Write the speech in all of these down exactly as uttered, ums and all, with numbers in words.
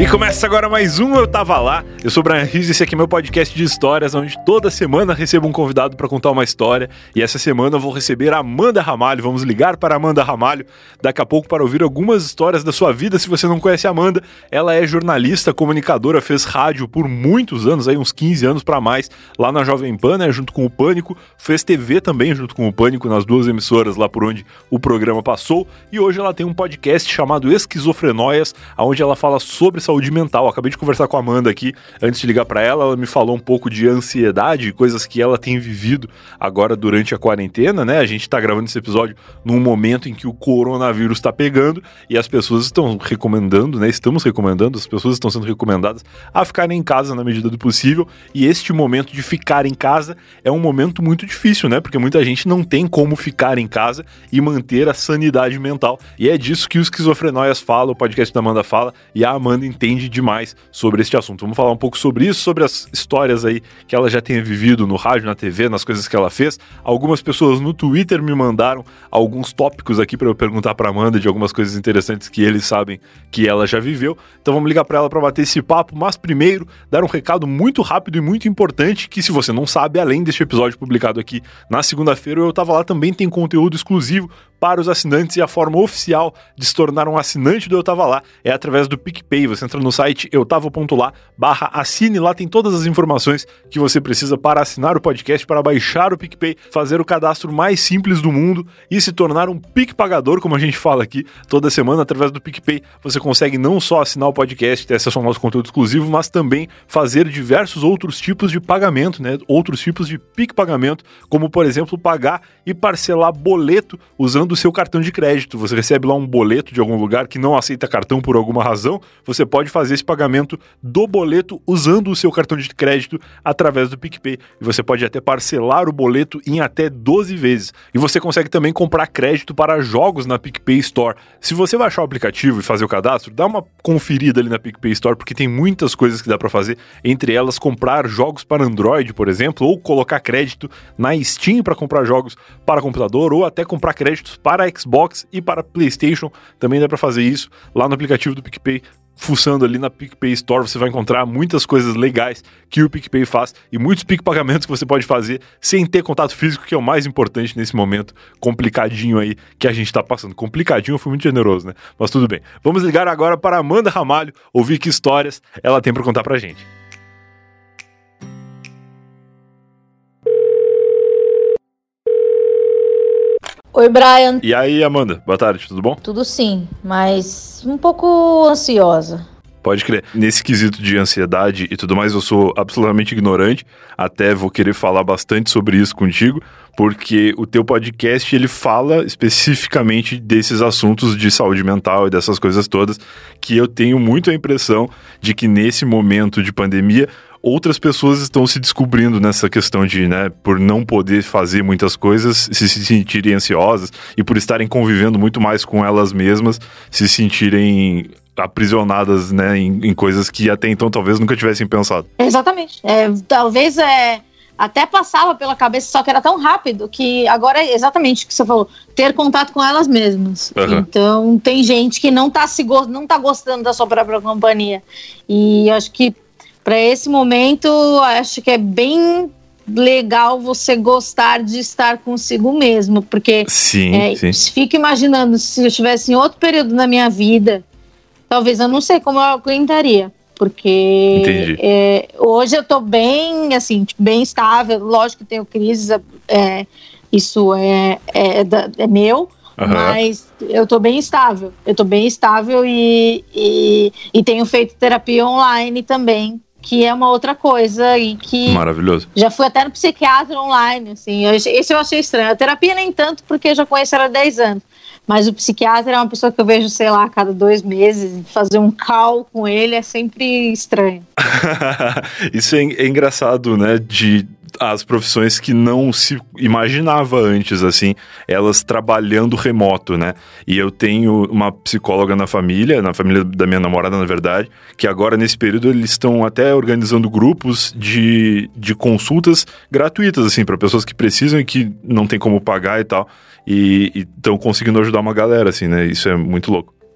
E começa agora mais um Eu Tava Lá. Eu sou o Brian Rizzo e esse aqui é meu podcast de histórias, onde toda semana recebo um convidado para contar uma história. E essa semana eu vou receber a Amanda Ramalho. Vamos ligar para a Amanda Ramalho daqui a pouco para ouvir algumas histórias da sua vida. Se você não conhece a Amanda, ela é jornalista, comunicadora, fez rádio por muitos anos, aí uns quinze anos para mais, lá na Jovem Pan, né, junto com o Pânico. Fez T V também junto com o Pânico, nas duas emissoras lá por onde o programa passou. E hoje ela tem um podcast chamado Esquizofrenóias, onde ela fala sobre saúde mental. Acabei de conversar com a Amanda aqui, antes de ligar para ela, ela me falou um pouco de ansiedade, coisas que ela tem vivido agora durante a quarentena, né? A gente tá gravando esse episódio num momento em que o coronavírus tá pegando e as pessoas estão recomendando, né? Estamos recomendando, as pessoas estão sendo recomendadas a ficarem em casa na medida do possível, e este momento de ficar em casa é um momento muito difícil, né? Porque muita gente não tem como ficar em casa e manter a sanidade mental, e é disso que o Esquizofrenóias fala, o podcast da Amanda fala, e a Amanda entende demais sobre este assunto. Vamos falar um pouco sobre isso, sobre as histórias aí que ela já tenha vivido no rádio, na T V, nas coisas que ela fez. Algumas pessoas no Twitter me mandaram alguns tópicos aqui para eu perguntar para Amanda de algumas coisas interessantes que eles sabem que ela já viveu. Então vamos ligar para ela para bater esse papo, mas primeiro dar um recado muito rápido e muito importante, que se você não sabe, além deste episódio publicado aqui na segunda-feira, Eu Tava Lá também tem conteúdo exclusivo para os assinantes, e a forma oficial de se tornar um assinante do Eu Tava Lá é através do PicPay. Você entra no site eutava.lá barra assine, lá tem todas as informações que você precisa para assinar o podcast, para baixar o PicPay, fazer o cadastro mais simples do mundo e se tornar um PicPagador, como a gente fala aqui toda semana. Através do PicPay você consegue não só assinar o podcast, ter acesso ao nosso conteúdo exclusivo, mas também fazer diversos outros tipos de pagamento, né? Outros tipos de PicPagamento, como por exemplo pagar e parcelar boleto usando o seu cartão de crédito. Você recebe lá um boleto de algum lugar que não aceita cartão por alguma razão, você pode fazer esse pagamento do boleto usando o seu cartão de crédito através do PicPay, e você pode até parcelar o boleto em até doze vezes. E você consegue também comprar crédito para jogos na PicPay Store. Se você baixar o aplicativo e fazer o cadastro, dá uma conferida ali na PicPay Store, porque tem muitas coisas que dá para fazer, entre elas comprar jogos para Android, por exemplo, ou colocar crédito na Steam para comprar jogos para computador, ou até comprar créditos para Xbox e para PlayStation. Também dá para fazer isso lá no aplicativo do PicPay. Fuçando ali na PicPay Store, você vai encontrar muitas coisas legais que o PicPay faz e muitos PicPagamentos que você pode fazer sem ter contato físico, que é o mais importante nesse momento complicadinho aí que a gente tá passando. Complicadinho, eu fui muito generoso, né? Mas tudo bem. Vamos ligar agora para a Amanda Ramalho, ouvir que histórias ela tem para contar pra gente. Oi, Brian. E aí, Amanda? Boa tarde, tudo bom? Tudo sim, mas um pouco ansiosa. Pode crer. Nesse quesito de ansiedade e tudo mais, eu sou absolutamente ignorante. Até vou querer falar bastante sobre isso contigo, porque o teu podcast, ele fala especificamente desses assuntos de saúde mental e dessas coisas todas, que eu tenho muito a impressão de que nesse momento de pandemia, outras pessoas estão se descobrindo nessa questão de, né, por não poder fazer muitas coisas, se sentirem ansiosas, e por estarem convivendo muito mais com elas mesmas, se sentirem aprisionadas, né, em, em coisas que até então talvez nunca tivessem pensado. Exatamente. É, talvez é, até passava pela cabeça, só que era tão rápido que agora é exatamente o que você falou, ter contato com elas mesmas. Uhum. Então tem gente que não tá, se go- não tá gostando da sua própria companhia. E eu acho que para esse momento, acho que é bem legal você gostar de estar consigo mesmo, porque sim, é, sim. Fico imaginando se eu estivesse em outro período na minha vida, talvez eu não sei como eu aguentaria, porque é, hoje eu tô bem, assim, tipo, bem estável. Lógico que tenho crises, é, isso é, é, é meu. Uhum. Mas eu tô bem estável, eu tô bem estável e, e, e tenho feito terapia online também, que é uma outra coisa e que... Maravilhoso. Já fui até no psiquiatra online, assim, eu, esse eu achei estranho. A terapia nem tanto, porque eu já conheço ela há dez anos, mas o psiquiatra é uma pessoa que eu vejo, sei lá, a cada dois meses, fazer um call com ele é sempre estranho. Isso é, é engraçado, né, de... as profissões que não se imaginava antes, assim, elas trabalhando remoto, né? E eu tenho uma psicóloga na família, na família da minha namorada, na verdade, que agora, nesse período, eles estão até organizando grupos de, de consultas gratuitas, assim, para pessoas que precisam e que não tem como pagar e tal, e estão conseguindo ajudar uma galera, assim, né? Isso é muito louco.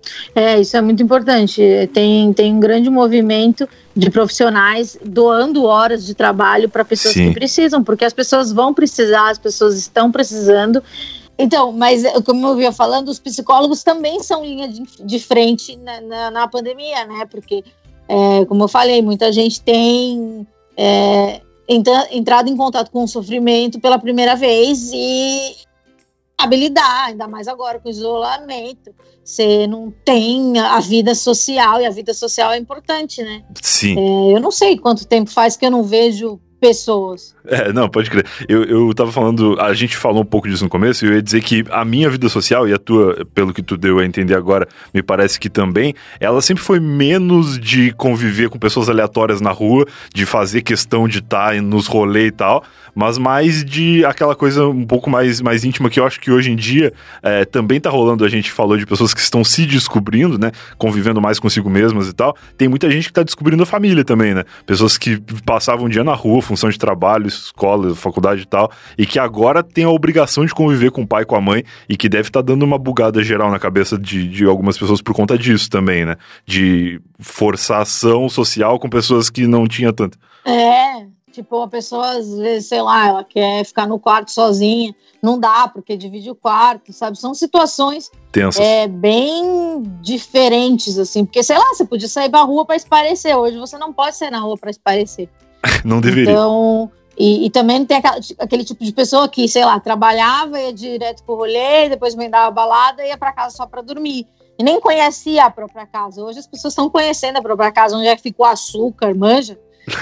É, isso é muito importante. Tem, tem um grande movimento de profissionais doando horas de trabalho para pessoas Sim. que precisam, porque as pessoas vão precisar, as pessoas estão precisando. Então, mas como eu vinha falando, os psicólogos também são linha de, de frente na, na, na pandemia, né? Porque, é, como eu falei, muita gente tem é, entra, entrado em contato com o sofrimento pela primeira vez e habilidade, ainda mais agora com o isolamento. Você não tem a vida social, e a vida social é importante, né? Sim. É, eu não sei quanto tempo faz que eu não vejo pessoas. É, não, pode crer. Eu, eu tava falando, a gente falou um pouco disso no começo, e eu ia dizer que a minha vida social, e a tua, pelo que tu deu a entender agora, me parece que também, ela sempre foi menos de conviver com pessoas aleatórias na rua, de fazer questão de estar nos rolês e tal, mas mais de aquela coisa um pouco mais, mais íntima, que eu acho que hoje em dia é, também tá rolando. A gente falou de pessoas que estão se descobrindo, né, convivendo mais consigo mesmas e tal. Tem muita gente que tá descobrindo a família também, né, pessoas que passavam um dia na rua, função de trabalho, escola, faculdade e tal, e que agora tem a obrigação de conviver com o pai e com a mãe, e que deve estar tá dando uma bugada geral na cabeça de, de algumas pessoas por conta disso também, né, de forçação social com pessoas que não tinha tanto. É, tipo, a pessoa às vezes, sei lá, ela quer ficar no quarto sozinha, não dá, porque divide o quarto, sabe, são situações tensas, é, bem diferentes, assim, porque, sei lá, você podia sair pra rua pra espairecer, hoje você não pode sair na rua pra espairecer. Não deveria. Então, e, e também não tem aquela, aquele tipo de pessoa que, sei lá, trabalhava, ia direto pro rolê, depois emendava a balada e ia pra casa só pra dormir. E nem conhecia a própria casa. Hoje as pessoas estão conhecendo a própria casa, onde é que fica o açúcar, manja?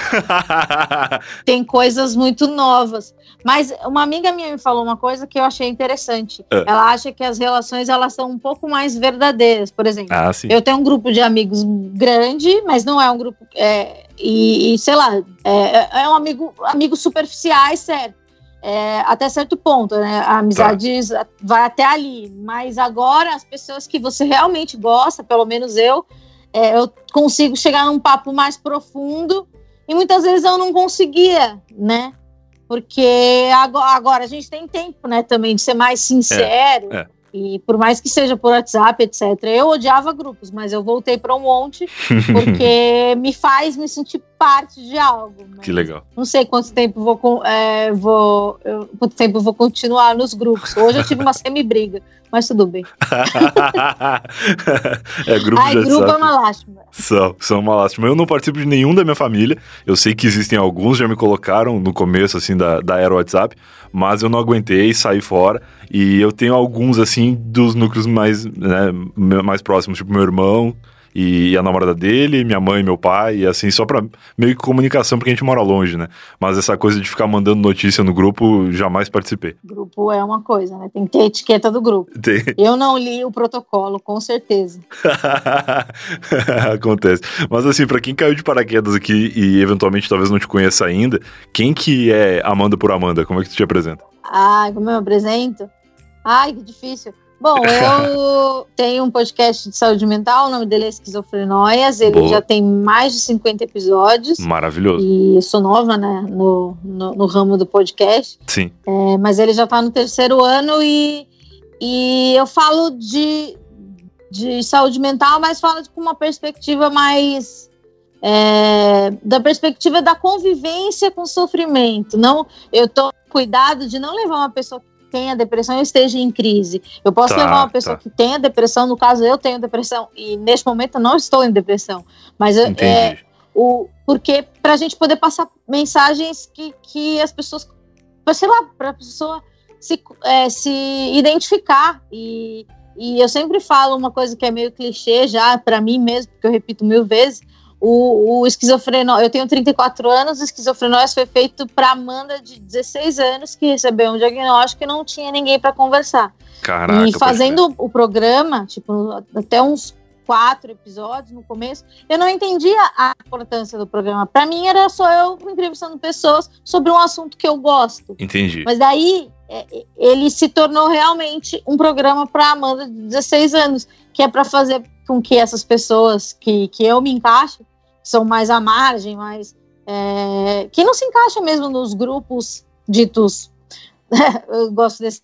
Tem coisas muito novas. Mas uma amiga minha me falou uma coisa que eu achei interessante. É. Ela acha que as relações, elas são um pouco mais verdadeiras. Por exemplo, ah, sim. eu tenho um grupo de amigos grande, mas não é um grupo é, e, e sei lá, é, é um amigo, amigos superficiais, certo? É, até certo ponto, né? A amizade tá. vai até ali. Mas agora as pessoas que você realmente gosta, pelo menos eu, é, eu consigo chegar num papo mais profundo. E muitas vezes eu não conseguia, né? Porque agora, agora a gente tem tempo, né, também de ser mais sincero. É, é. E por mais que seja por WhatsApp, etcétera. Eu odiava grupos, mas eu voltei para um monte porque me faz me sentir parte de algo. Que legal. Não sei quanto tempo vou, é, vou, eu, quanto tempo eu vou continuar nos grupos. Hoje eu tive uma semi-briga, mas tudo bem. é, grupo Ai, de grupo WhatsApp. é uma lástima. São, são uma lástima. Eu não participo de nenhum da minha família. Eu sei que existem alguns, já me colocaram no começo, assim, da, da era WhatsApp, mas eu não aguentei, saí fora. E eu tenho alguns, assim, dos núcleos mais, né, mais próximos, tipo meu irmão e a namorada dele, minha mãe e meu pai, e assim, só pra meio que comunicação, porque a gente mora longe, né? Mas essa coisa de ficar mandando notícia no grupo, jamais participei. Grupo é uma coisa, né? Tem que ter a etiqueta do grupo. Tem. Eu não li o protocolo, com certeza. Acontece. Mas assim, pra quem caiu de paraquedas aqui e eventualmente talvez não te conheça ainda, quem que é Amanda por Amanda? Como é que tu te apresenta? Ai, como eu me apresento? Ai, que difícil. Bom, eu tenho um podcast de saúde mental, o nome dele é Esquizofrenóias, ele Boa. já tem mais de cinquenta episódios. Maravilhoso. E eu sou nova, né, no, no, no ramo do podcast. Sim. É, mas ele já tá no terceiro ano e, e eu falo de, de saúde mental, mas falo com uma perspectiva mais... É, da perspectiva da convivência com o sofrimento. Não, eu tô cuidado de não levar uma pessoa que tenha depressão e esteja em crise. Eu posso tá, levar uma pessoa tá. que tenha depressão, no caso eu tenho depressão, e neste momento eu não estou em depressão. Mas eu, é, o, porque pra gente poder passar mensagens que, que as pessoas, sei lá, pra pessoa se, é, se identificar. E, e eu sempre falo uma coisa que é meio clichê já, pra mim mesmo, porque eu repito mil vezes. O, o esquizofrenó, eu tenho trinta e quatro anos, o Esquizofrenóias foi feito para Amanda de dezesseis anos, que recebeu um diagnóstico e não tinha ninguém para conversar. Caraca, e fazendo o programa, tipo, até uns quatro episódios no começo, eu não entendia a importância do programa. Para mim era só eu entrevistando pessoas sobre um assunto que eu gosto. Entendi. Mas daí é, ele se tornou realmente um programa para Amanda de dezesseis anos, que é para fazer com que essas pessoas que, que eu me encaixo, são mais à margem, mais, é, que não se encaixam mesmo nos grupos ditos, eu gosto desse termo,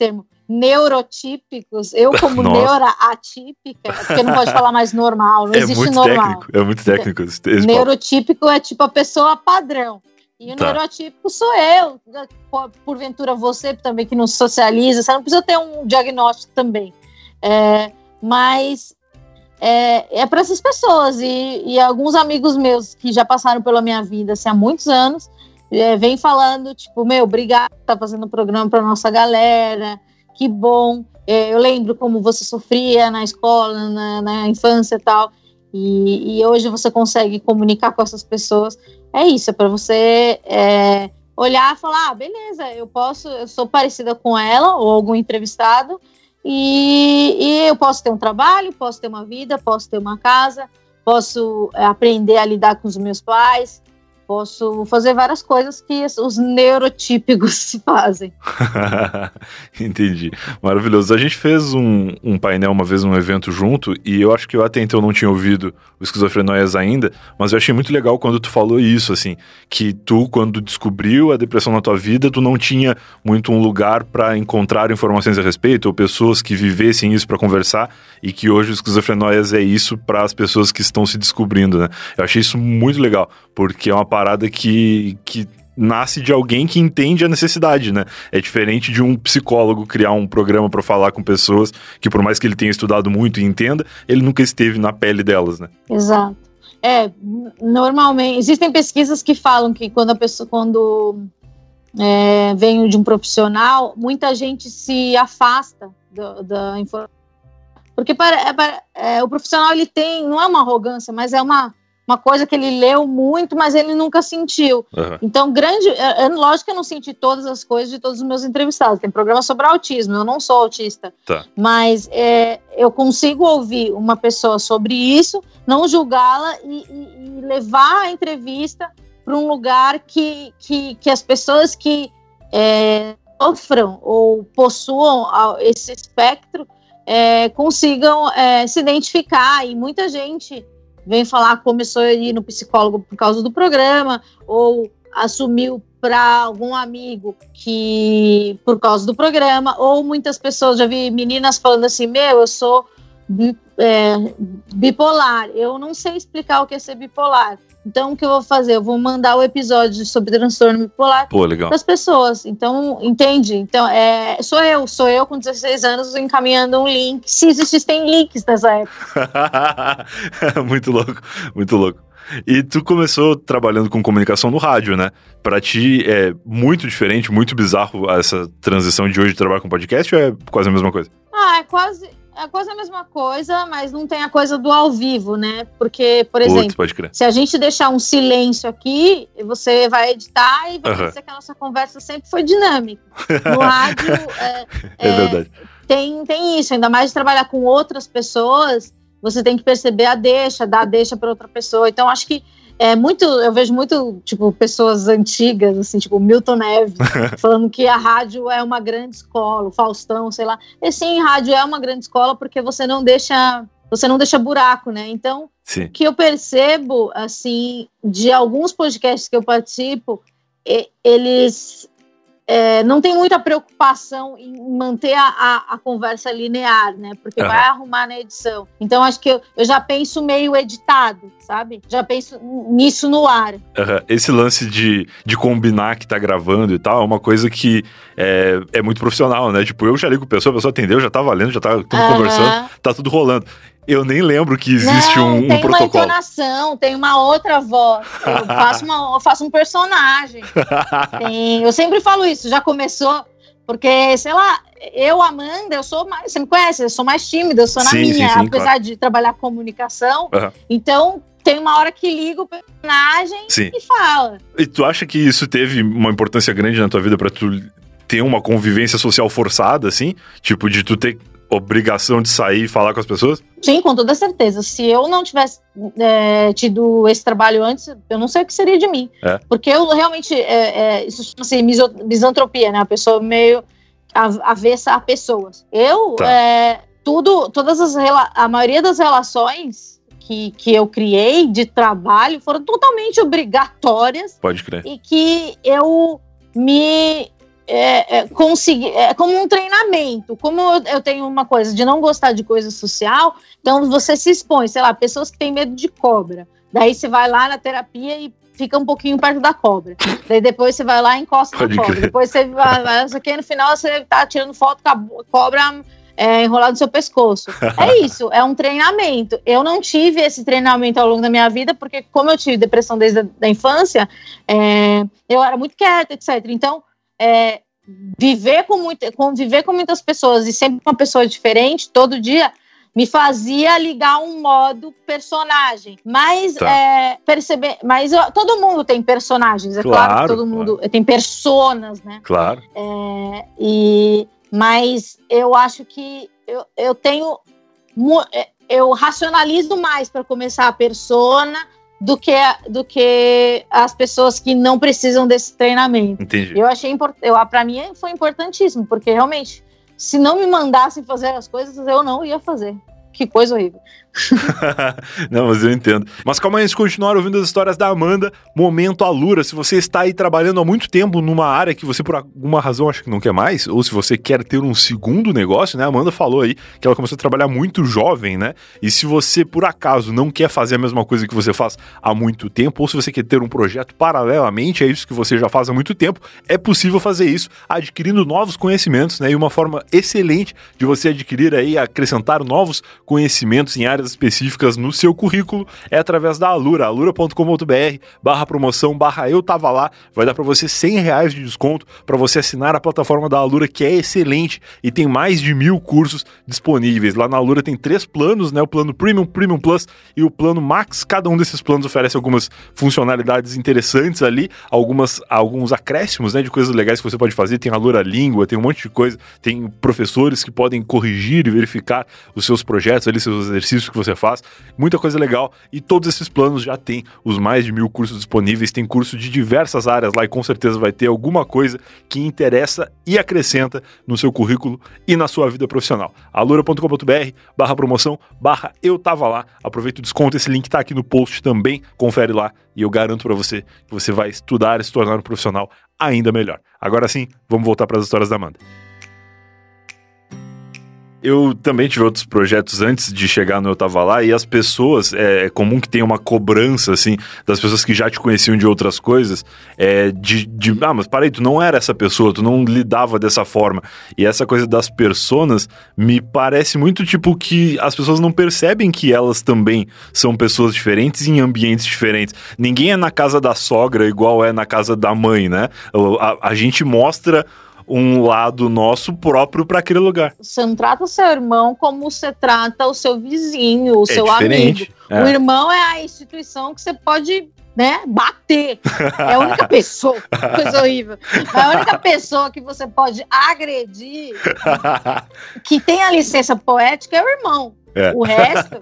neurotípicos, eu como neuroatípica, porque não pode falar mais normal, não é existe muito normal. Técnico, é muito técnico. Esse neurotípico papo. É tipo a pessoa padrão. E o tá. neurotípico sou eu. Porventura você também que não socializa, você não precisa ter um diagnóstico também. É, mas é, é para essas pessoas. E, e alguns amigos meus que já passaram pela minha vida assim, há muitos anos, é, vem falando, tipo, meu, obrigado por estar fazendo um programa para nossa galera, que bom. É, eu lembro como você sofria na escola, na, na infância e tal. E, e hoje você consegue comunicar com essas pessoas. É isso, é para você é, olhar e falar, ah, beleza, eu posso, eu sou parecida com ela ou algum entrevistado e, e eu posso ter um trabalho, posso ter uma vida, posso ter uma casa, posso é, aprender a lidar com os meus pais, posso fazer várias coisas que os neurotípicos fazem. Entendi. Maravilhoso. A gente fez um, um painel uma vez, um evento junto, e eu acho que eu até então não tinha ouvido o Esquizofrenóias ainda, mas eu achei muito legal quando tu falou isso, assim, que tu, quando descobriu a depressão na tua vida, tu não tinha muito um lugar para encontrar informações a respeito, ou pessoas que vivessem isso para conversar, e que hoje o Esquizofrenóias é isso para as pessoas que estão se descobrindo, né? Eu achei isso muito legal, porque é uma parada que, que nasce de alguém que entende a necessidade, né? É diferente de um psicólogo criar um programa para falar com pessoas que, por mais que ele tenha estudado muito e entenda, ele nunca esteve na pele delas, né? Exato. É, normalmente, existem pesquisas que falam que quando a pessoa, quando é, vem de um profissional, muita gente se afasta do, da informação. Porque para, para, é, o profissional, ele tem, não é uma arrogância, mas é uma uma coisa que ele leu muito, mas ele nunca sentiu. Uhum. Então, grande... É, é, lógico que eu não senti todas as coisas de todos os meus entrevistados. Tem programa sobre autismo, eu não sou autista. Tá. Mas é, eu consigo ouvir uma pessoa sobre isso, não julgá-la e, e, e levar a entrevista para um lugar que, que, que as pessoas que é, sofram ou possuam esse espectro é, consigam é, se identificar. E muita gente vem falar que começou a ir no psicólogo por causa do programa, ou assumiu para algum amigo que por causa do programa, ou muitas pessoas, já vi meninas falando assim, meu, eu sou é, bipolar, eu não sei explicar o que é ser bipolar. Então, o que eu vou fazer? Eu vou mandar o episódio sobre transtorno bipolar para as pessoas. Então, entende? Então, é, sou eu, sou eu com dezesseis anos encaminhando um link. Se existissem links nessa época. Muito louco, muito louco. E tu começou trabalhando com comunicação no rádio, né? Pra ti é muito diferente, muito bizarro essa transição de hoje de trabalhar com podcast ou é quase a mesma coisa? Ah, é quase... É quase a mesma coisa, mas não tem a coisa do ao vivo, né? Porque, por exemplo, Outro, pode crer. Se a gente deixar um silêncio aqui, você vai editar e vai uhum. dizer que a nossa conversa sempre foi dinâmica. No rádio, é, é, é verdade. Tem, tem isso, ainda mais de trabalhar com outras pessoas, você tem que perceber a deixa, dar a deixa para outra pessoa. Então, acho que é muito, eu vejo muito, tipo, pessoas antigas, assim, tipo, Milton Neves, falando que a rádio é uma grande escola, o Faustão, sei lá. E sim, rádio é uma grande escola porque você não deixa, você não deixa buraco, né? Então, sim. O que eu percebo, assim, de alguns podcasts que eu participo, eles é, não tem muita preocupação em manter a, a, a conversa linear, né? Porque uhum. vai arrumar na edição. Então, acho que eu, eu já penso meio editado, sabe? Já penso nisso no ar. Uhum. Esse lance de, de combinar que tá gravando e tal, é uma coisa que é, é muito profissional, né? Tipo, eu já ligo com a pessoa, a pessoa atendeu, já tá valendo, já tá tudo uhum. conversando, tá tudo rolando. Eu nem lembro que existe não, um, um tem protocolo. Tem uma entonação, tem uma outra voz. Eu faço, uma, eu faço um personagem. Tem, eu sempre falo isso, já começou... Porque, sei lá, eu, Amanda, eu sou mais... Você me conhece, eu sou mais tímida, eu sou na sim, minha. sim, sim, apesar claro. de trabalhar comunicação. Uhum. Então, tem uma hora que liga o personagem sim. e fala. E tu acha que isso teve uma importância grande na tua vida pra tu ter uma convivência social forçada, assim? Tipo, de tu ter obrigação de sair e falar com as pessoas? Sim, com toda certeza. Se eu não tivesse é, tido esse trabalho antes, eu não sei o que seria de mim. É. Porque eu realmente, é, é, isso chama-se misantropia, né? A pessoa meio avessa a pessoas. Eu, tá. é, tudo, todas as, a maioria das relações que, que eu criei de trabalho foram totalmente obrigatórias. Pode crer. E que eu me... é, é, conseguir, é como um treinamento, como eu, eu tenho uma coisa de não gostar de coisa social, então você se expõe, sei lá, pessoas que têm medo de cobra, daí você vai lá na terapia e fica um pouquinho perto da cobra, daí depois você vai lá e encosta Pode na cobra, crer. Depois você vai, vai aqui, no final você tá tirando foto com a cobra é, enrolada no seu pescoço, é isso, é um treinamento. Eu não tive esse treinamento ao longo da minha vida, porque como eu tive depressão desde a da infância, é, eu era muito quieta, etcétera. Então, é, viver com muito, conviver com muitas pessoas e sempre com uma pessoa diferente, todo dia, me fazia ligar um modo personagem. Mas, tá. é, perceber, mas eu, todo mundo tem personagens, é claro, claro que todo mundo claro. Tem personas, né? Claro. É, e, mas eu acho que eu, eu tenho... Eu racionalizo mais para começar a persona do que, do que as pessoas que não precisam desse treinamento. Entendi. Eu achei importante, para mim foi importantíssimo, porque realmente, se não me mandassem fazer as coisas, eu não ia fazer. Que coisa horrível. Não, mas eu entendo. Mas calma aí, antes de continuar ouvindo as histórias da Amanda, momento Alura. Se você está aí trabalhando há muito tempo numa área que você por alguma razão acha que não quer mais, ou se você quer ter um segundo negócio, né? A Amanda falou aí que ela começou a trabalhar muito jovem, né? E se você por acaso não quer fazer a mesma coisa que você faz há muito tempo, ou se você quer ter um projeto paralelamente, é isso que você já faz há muito tempo, é possível fazer isso adquirindo novos conhecimentos, né? E uma forma excelente de você adquirir aí, acrescentar novos conhecimentos em áreas específicas no seu currículo é através da Alura, alura ponto com ponto b r barra promoção barra eu tava lá, vai dar para você cem reais de desconto para você assinar a plataforma da Alura, que é excelente e tem mais de mil cursos disponíveis. Lá na Alura tem três planos, né? O plano Premium, Premium Plus e o plano Max. Cada um desses planos oferece algumas funcionalidades interessantes ali, algumas, alguns acréscimos, né, de coisas legais que você pode fazer. Tem Alura Língua, tem um monte de coisa, tem professores que podem corrigir e verificar os seus projetos ali, seus exercícios que você faz, muita coisa legal, e todos esses planos já tem os mais de mil cursos disponíveis, tem curso de diversas áreas lá e com certeza vai ter alguma coisa que interessa e acrescenta no seu currículo e na sua vida profissional. alura ponto com ponto b r barra promoção barra eu tava lá, aproveita o desconto, esse link tá aqui no post também, confere lá e eu garanto pra você que você vai estudar e se tornar um profissional ainda melhor. Agora sim, vamos voltar para as histórias da Amanda. Eu também tive outros projetos antes de chegar no Eu Tava Lá, e as pessoas, é comum que tenha uma cobrança, assim, das pessoas que já te conheciam de outras coisas, é, de, de, ah, mas peraí, tu não era essa pessoa, tu não lidava dessa forma. E essa coisa das personas me parece muito, tipo, que as pessoas não percebem que elas também são pessoas diferentes em ambientes diferentes. Ninguém é na casa da sogra igual é na casa da mãe, né? A, a gente mostra um lado nosso próprio para aquele lugar. Você não trata o seu irmão como você trata o seu vizinho, o é seu diferente. amigo. É. O irmão é a instituição que você pode, né, bater. É a única pessoa, coisa horrível. É a única pessoa que você pode agredir, que tem a licença poética, é o irmão. É. O resto,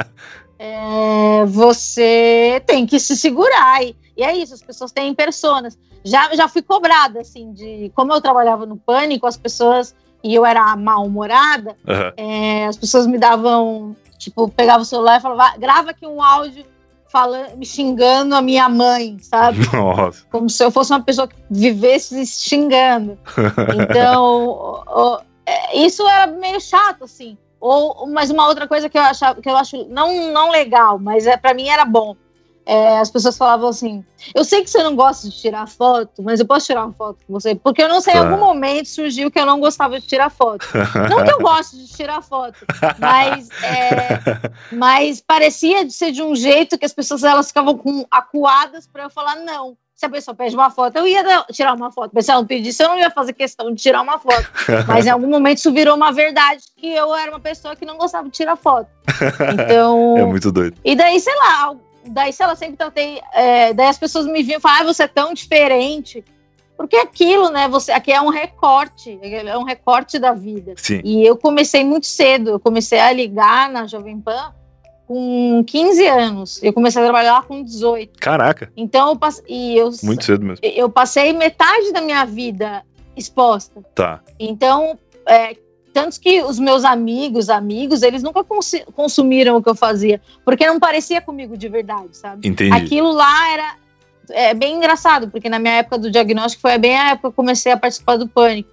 é, você tem que se segurar. E, e é isso, as pessoas têm personas. Já, já fui cobrada, assim, de... Como eu trabalhava no Pânico, as pessoas... E eu era mal-humorada, uhum. é, as pessoas me davam... Tipo, pegava o celular e falava... Grava aqui um áudio falando, me xingando a minha mãe, sabe? Nossa. Como se eu fosse uma pessoa que vivesse xingando. Então, o, o, é, isso era meio chato, assim. Ou, mas uma outra coisa que eu, achava, que eu acho não, não legal, mas é, pra mim era bom. É, as pessoas falavam assim, eu sei que você não gosta de tirar foto, mas eu posso tirar uma foto com você? Porque eu não sei, tá. Em algum momento surgiu que eu não gostava de tirar foto. Não que eu goste de tirar foto, mas, é, mas parecia de ser de um jeito que as pessoas elas ficavam com, acuadas para eu falar não. Se a pessoa pede uma foto, eu ia dar, tirar uma foto. Mas se ela não pedisse, eu não ia fazer questão de tirar uma foto. Mas em algum momento isso virou uma verdade, que eu era uma pessoa que não gostava de tirar foto. Então... É muito doido. E daí, sei lá... Daí, sei lá, sempre tratei... É, daí as pessoas me vinham e falavam, ah, você é tão diferente. Porque aquilo, né? Você, aqui é um recorte. É um recorte da vida. Sim. E eu comecei muito cedo. Eu comecei a ligar na Jovem Pan com quinze anos. Eu comecei a trabalhar lá com dezoito. Caraca. Então, eu passei... E eu, muito cedo mesmo. Eu passei metade da minha vida exposta. Tá. Então... É, tanto que os meus amigos, amigos, eles nunca cons- consumiram o que eu fazia, porque não parecia comigo de verdade, sabe? Entendi. Aquilo lá era é, bem engraçado, porque na minha época do diagnóstico foi bem a época que eu comecei a participar do Pânico.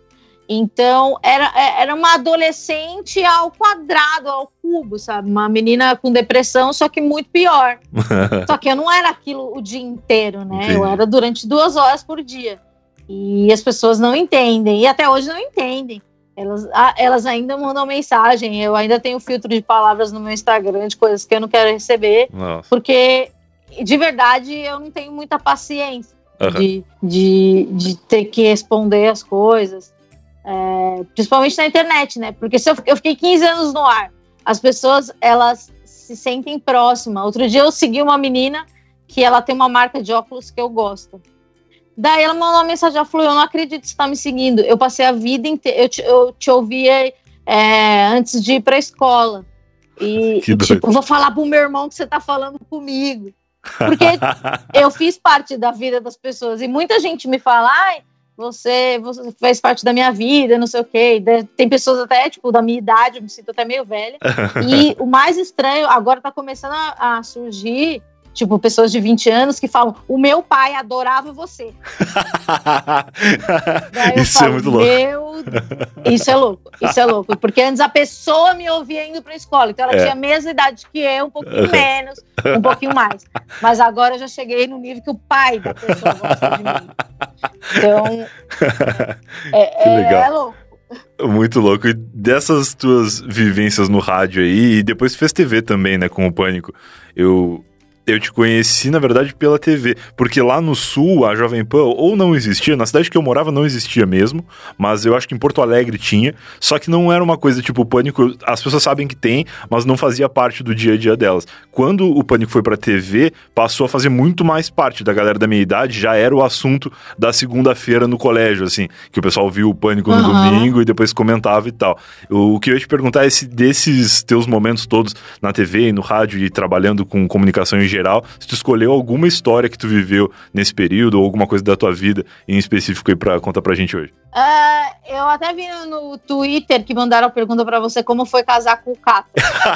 Então, era, era uma adolescente ao quadrado, ao cubo, sabe? Uma menina com depressão, só que muito pior. Só que eu não era aquilo o dia inteiro, né? Entendi. Eu era durante duas horas por dia. E as pessoas não entendem, e até hoje não entendem. Elas, elas ainda mandam mensagem, eu ainda tenho filtro de palavras no meu Instagram, de coisas que eu não quero receber, Nossa. Porque, de verdade, eu não tenho muita paciência uhum. de, de, de ter que responder as coisas. É, principalmente na internet, né? Porque se eu, eu fiquei quinze anos no ar, as pessoas, elas se sentem próximas. Outro dia eu segui uma menina que ela tem uma marca de óculos que eu gosto. Daí ela mandou uma mensagem, ela falou, eu não acredito que você está me seguindo. Eu passei a vida inteira, eu te, eu te ouvia é, antes de ir para a escola. E, e tipo, vou falar pro meu irmão que você tá falando comigo. Porque eu fiz parte da vida das pessoas. E muita gente me fala, ai, Você, você faz parte da minha vida, não sei o quê. Tem pessoas até, tipo, da minha idade, eu me sinto até meio velha. E o mais estranho, agora tá começando a, a surgir, tipo, pessoas de vinte anos que falam, o meu pai adorava você. Isso falo, é muito louco. Meu... Isso é louco, isso é louco. Porque antes a pessoa me ouvia indo pra escola. Então ela é. tinha a mesma idade que eu, um pouquinho menos, um pouquinho mais. Mas agora eu já cheguei no nível que o pai da pessoa gosta de mim. Então, é, que legal. É, é louco. Muito louco. E dessas tuas vivências no rádio aí, e depois fez T V também, né, com o Pânico, eu... Eu te conheci, na verdade, pela T V, porque lá no Sul, a Jovem Pan ou não existia, na cidade que eu morava não existia mesmo, mas eu acho que em Porto Alegre tinha, só que não era uma coisa tipo o Pânico, as pessoas sabem que tem, mas não fazia parte do dia a dia delas. Quando o Pânico foi pra T V, passou a fazer muito mais parte da galera da minha idade, já era o assunto da segunda-feira no colégio, assim, que o pessoal viu o Pânico no uhum. domingo e depois comentava e tal. O que eu ia te perguntar é se desses teus momentos todos na T V e no rádio e trabalhando com comunicação em geral, se tu escolheu alguma história que tu viveu nesse período ou alguma coisa da tua vida em específico aí pra contar pra gente hoje. Uh, eu até vi no Twitter que mandaram a pergunta pra você como foi casar com o Catra.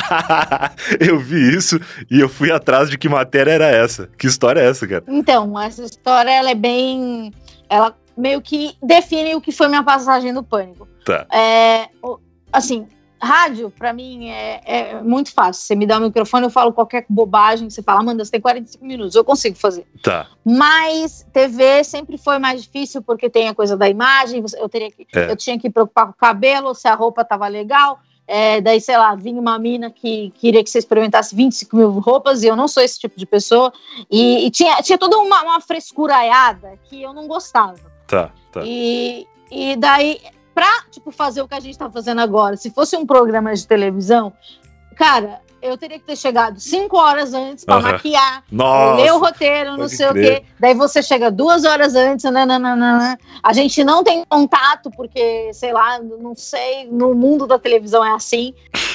Eu vi isso e eu fui atrás de que matéria era essa. Que história é essa, cara? Então, essa história, ela é bem... Ela meio que define o que foi minha passagem no Pânico. Tá. É, assim... Rádio, pra mim, é, é muito fácil. Você me dá o microfone, eu falo qualquer bobagem, você fala, Amanda, você tem quarenta e cinco minutos, eu consigo fazer. Tá. Mas T V sempre foi mais difícil, porque tem a coisa da imagem, eu, teria que, é. eu tinha que me preocupar com o cabelo, se a roupa tava legal, é, daí, sei lá, vinha uma mina que queria que você experimentasse vinte e cinco mil roupas, e eu não sou esse tipo de pessoa, e, e tinha, tinha toda uma, uma frescuraiada que eu não gostava. Tá, tá. E, e daí... Pra, tipo, fazer o que a gente tá fazendo agora, se fosse um programa de televisão, cara, eu teria que ter chegado cinco horas antes pra uhum. maquiar, Nossa, ler o roteiro, não sei crer. o quê. Daí você chega duas horas antes, nananana. A gente não tem contato, porque, sei lá, não sei, no mundo da televisão é assim.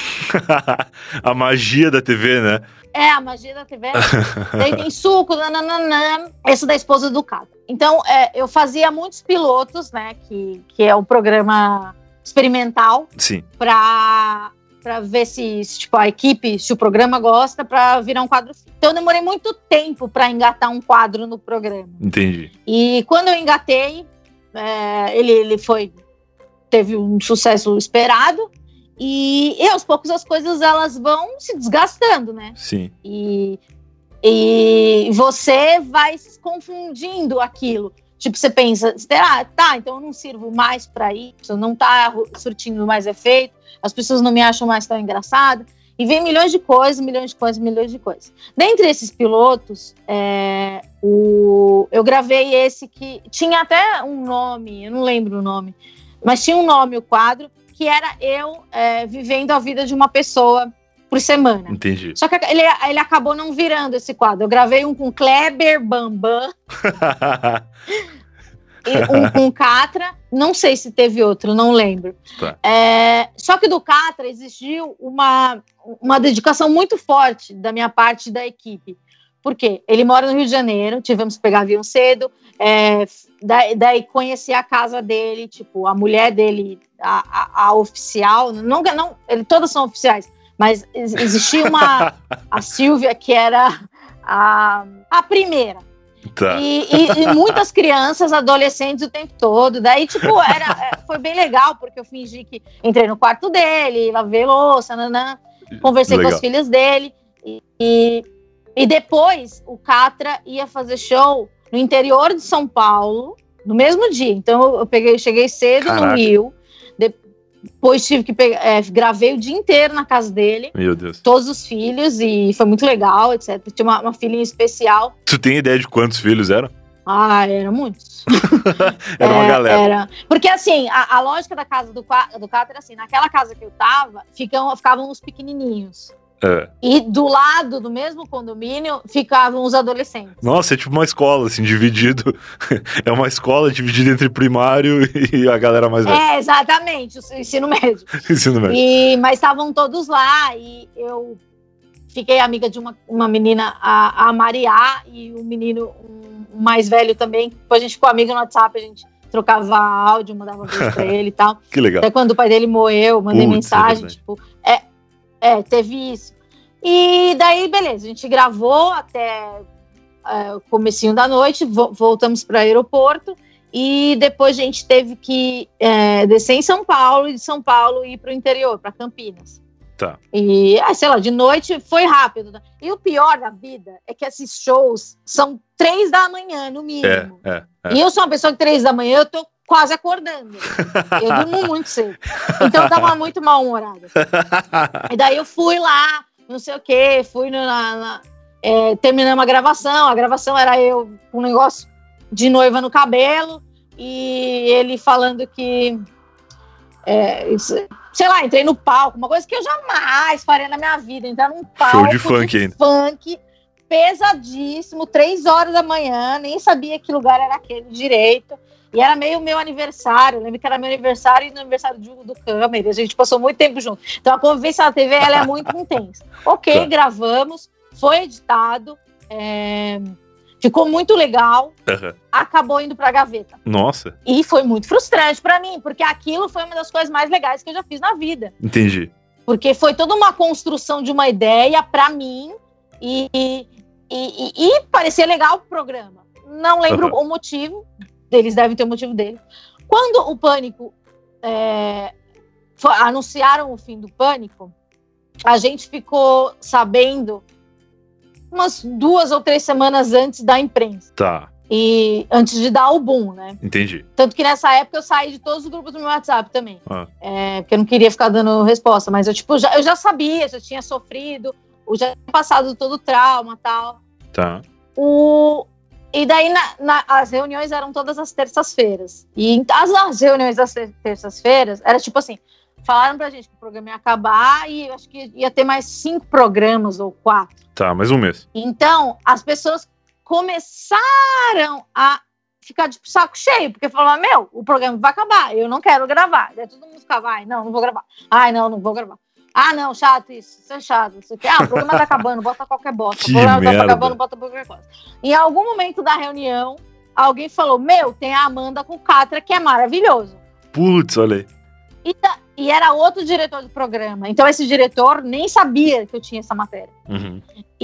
A magia da T V, né? É, a magia da T V. Daí tem suco, nananana. Esse da esposa do Catra. Então, é, eu fazia muitos pilotos, né? Que, que é um programa experimental. Sim. Pra, pra ver se, se, tipo, a equipe, se o programa gosta, pra virar um quadro. Então, eu demorei muito tempo pra engatar um quadro no programa. Entendi. E quando eu engatei, é, ele, ele foi... Teve um sucesso esperado. E, e aos poucos as coisas elas vão se desgastando, né? Sim. E, e você vai se confundindo aquilo. Tipo, você pensa, ah, tá, então eu não sirvo mais pra isso, não tá surtindo mais efeito, as pessoas não me acham mais tão engraçada. E vem milhões de coisas, milhões de coisas, milhões de coisas. Dentre esses pilotos, é, o, eu gravei esse que tinha até um nome, eu não lembro o nome, mas tinha um nome o quadro, que era eu é, vivendo a vida de uma pessoa por semana. Entendi. Só que ele, ele acabou não virando esse quadro. Eu gravei um com Kleber, Bambam, e um com Catra. Não sei se teve outro, não lembro. Tá. É, só que do Catra existiu uma, uma dedicação muito forte da minha parte da equipe. Por quê? Ele mora no Rio de Janeiro, tivemos que pegar avião cedo, é, daí, daí conheci a casa dele, tipo, a mulher dele, a, a, a oficial, não, não, ele, todas são oficiais, mas existia uma, a Silvia, que era a, a primeira. Tá. E, e, e muitas crianças, adolescentes o tempo todo. Daí, tipo, era, foi bem legal, porque eu fingi que entrei no quarto dele, lavei louça, nanã, conversei legal. com os filhos dele. E, e, e depois, o Catra ia fazer show no interior de São Paulo, no mesmo dia. Então, eu peguei, cheguei cedo Caraca. no Rio. Depois tive que pegar, é, gravei o dia inteiro na casa dele. Meu Deus. Todos os filhos, e foi muito legal, etcétera. Tinha uma, uma filhinha especial. Tu tem ideia de quantos filhos eram? Ah, eram muitos. Era uma é, galera. Era. Porque assim, a, a lógica da casa do, do Catra era assim, naquela casa que eu tava, ficam, ficavam os pequenininhos. É. E do lado do mesmo condomínio ficavam os adolescentes. Nossa, é tipo uma escola, assim, dividido. É uma escola dividida entre primário e a galera mais velha. É, exatamente, o ensino médio. ensino médio. E, mas estavam todos lá e eu fiquei amiga de uma, uma menina, a, a Mariá, e um menino um, mais velho também. Depois a gente ficou amiga no WhatsApp, a gente trocava áudio, mandava beijo pra ele e tal. Que legal. Até quando o pai dele morreu, mandei Putz, mensagem, é tipo... É, É, teve isso. E daí, beleza, a gente gravou até é, o comecinho da noite, vo- voltamos para o aeroporto, e depois a gente teve que é, descer em São Paulo, e de São Paulo ir para o interior, para Campinas. Tá. E, ah, sei lá, de noite foi rápido. E o pior da vida é que esses shows são três da manhã, no mínimo. É, é, é. E eu sou uma pessoa que três da manhã, eu tô quase acordando. Eu durmo muito cedo. Então eu tava muito mal-humorada. E daí eu fui lá, não sei o quê, fui no, na, na, é, terminamos a gravação. A gravação era eu com um negócio de noiva no cabelo e ele falando que... É, isso, sei lá, entrei no palco, uma coisa que eu jamais faria na minha vida, entrar num palco Show de funk ainda. Funk pesadíssimo, três horas da manhã, nem sabia que lugar era aquele direito. E era meio meu aniversário, eu lembro que era meu aniversário e no aniversário do, do Câmara, a gente passou muito tempo junto. Então a convivência na T V, ela é muito intensa. Ok, tá. Gravamos, foi editado, é, ficou muito legal, uhum. Acabou indo pra gaveta. Nossa. E foi muito frustrante pra mim, porque aquilo foi uma das coisas mais legais que eu já fiz na vida. Entendi. Porque foi toda uma construção de uma ideia pra mim e, e, e, e parecia legal o programa. Não lembro uhum. o motivo, eles devem ter o motivo dele. Quando o Pânico é, foi, anunciaram o fim do Pânico, a gente ficou sabendo umas duas ou três semanas antes da imprensa. Tá. E antes de dar o boom, né? Entendi. Tanto que nessa época eu saí de todos os grupos do meu WhatsApp também. Ah. É, porque eu não queria ficar dando resposta. Mas eu, tipo, já, eu já sabia, já tinha sofrido, eu já tinha passado todo o trauma e tal. Tá. O... E daí na, na, as reuniões eram todas as terças-feiras. E as, as reuniões das terças-feiras era tipo assim, falaram pra gente que o programa ia acabar e eu acho que ia ter mais cinco programas ou quatro. Tá, mais um mês. Então, as pessoas começaram a ficar de saco cheio, porque falaram, meu, o programa vai acabar, eu não quero gravar. Daí todo mundo ficava, ai, não, não vou gravar. Ai, não, não vou gravar. Ah, não, chato isso, isso é chato. Isso aqui. Ah, o programa tá acabando, bota qualquer bosta. Que o programa merda. tá acabando, bota qualquer coisa. Em algum momento da reunião, alguém falou, meu, tem a Amanda com Catra, que é maravilhoso. Putz, olha aí. E, da, e era outro diretor do programa. Então esse diretor nem sabia que eu tinha essa matéria. Uhum.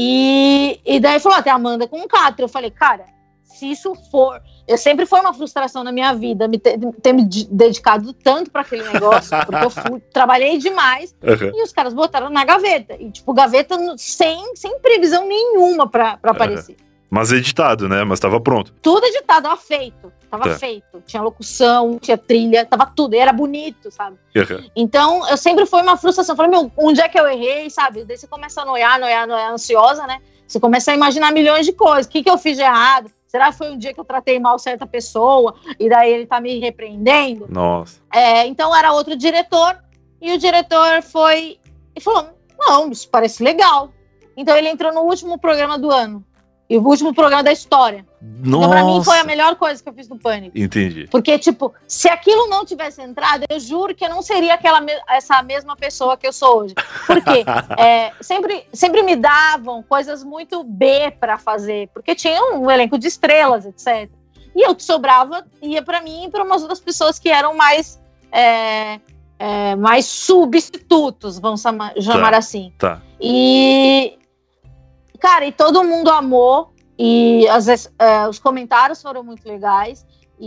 E, e daí falou, ah, tem a Amanda com Catra. Eu falei, cara, se isso for... Eu sempre foi uma frustração na minha vida me ter, ter me dedicado tanto para aquele negócio, porque eu fui, trabalhei demais, uhum. E os caras botaram na gaveta. E, tipo, gaveta sem, sem previsão nenhuma para uhum. aparecer. Mas editado, né? Mas tava pronto. Tudo editado, tava feito. Tava tá. feito. Tinha locução, tinha trilha, tava tudo. E era bonito, sabe? Uhum. Então, eu sempre foi uma frustração. Eu falei, meu, onde é que eu errei, sabe? Daí você começa a noiar, noiar, noiar, ansiosa, né? Você começa a imaginar milhões de coisas. O que, que eu fiz de errado? Será que foi um dia que eu tratei mal certa pessoa e daí ele tá me repreendendo? Nossa. É, então era outro diretor e o diretor foi e falou, não, isso parece legal. Então ele entrou no último programa do ano. E o último programa da história. Nossa. Então pra mim foi a melhor coisa que eu fiz no Pânico. Entendi. Porque, tipo, se aquilo não tivesse entrado, eu juro que eu não seria aquela, essa mesma pessoa que eu sou hoje. Porque é, sempre, sempre me davam coisas muito B pra fazer. Porque tinha um elenco de estrelas, etcétera. E eu que sobrava, ia pra mim e pra umas outras pessoas que eram mais, é, é, mais substitutos, vamos chamar, chamar tá. assim. Tá. E... Cara, e todo mundo amou, e às vezes, é, os comentários foram muito legais,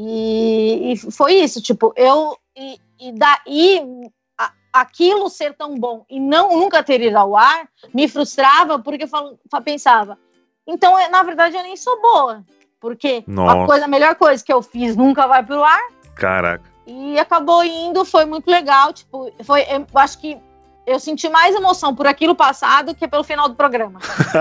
e, e foi isso, tipo, eu, e, e daí, a, aquilo ser tão bom e não, nunca ter ido ao ar, me frustrava, porque eu falo, pensava, então, na verdade, eu nem sou boa, porque a, coisa, a melhor coisa que eu fiz nunca vai pro ar. Caraca. E acabou indo, foi muito legal, tipo, foi, eu acho que eu senti mais emoção por aquilo passado que pelo final do programa.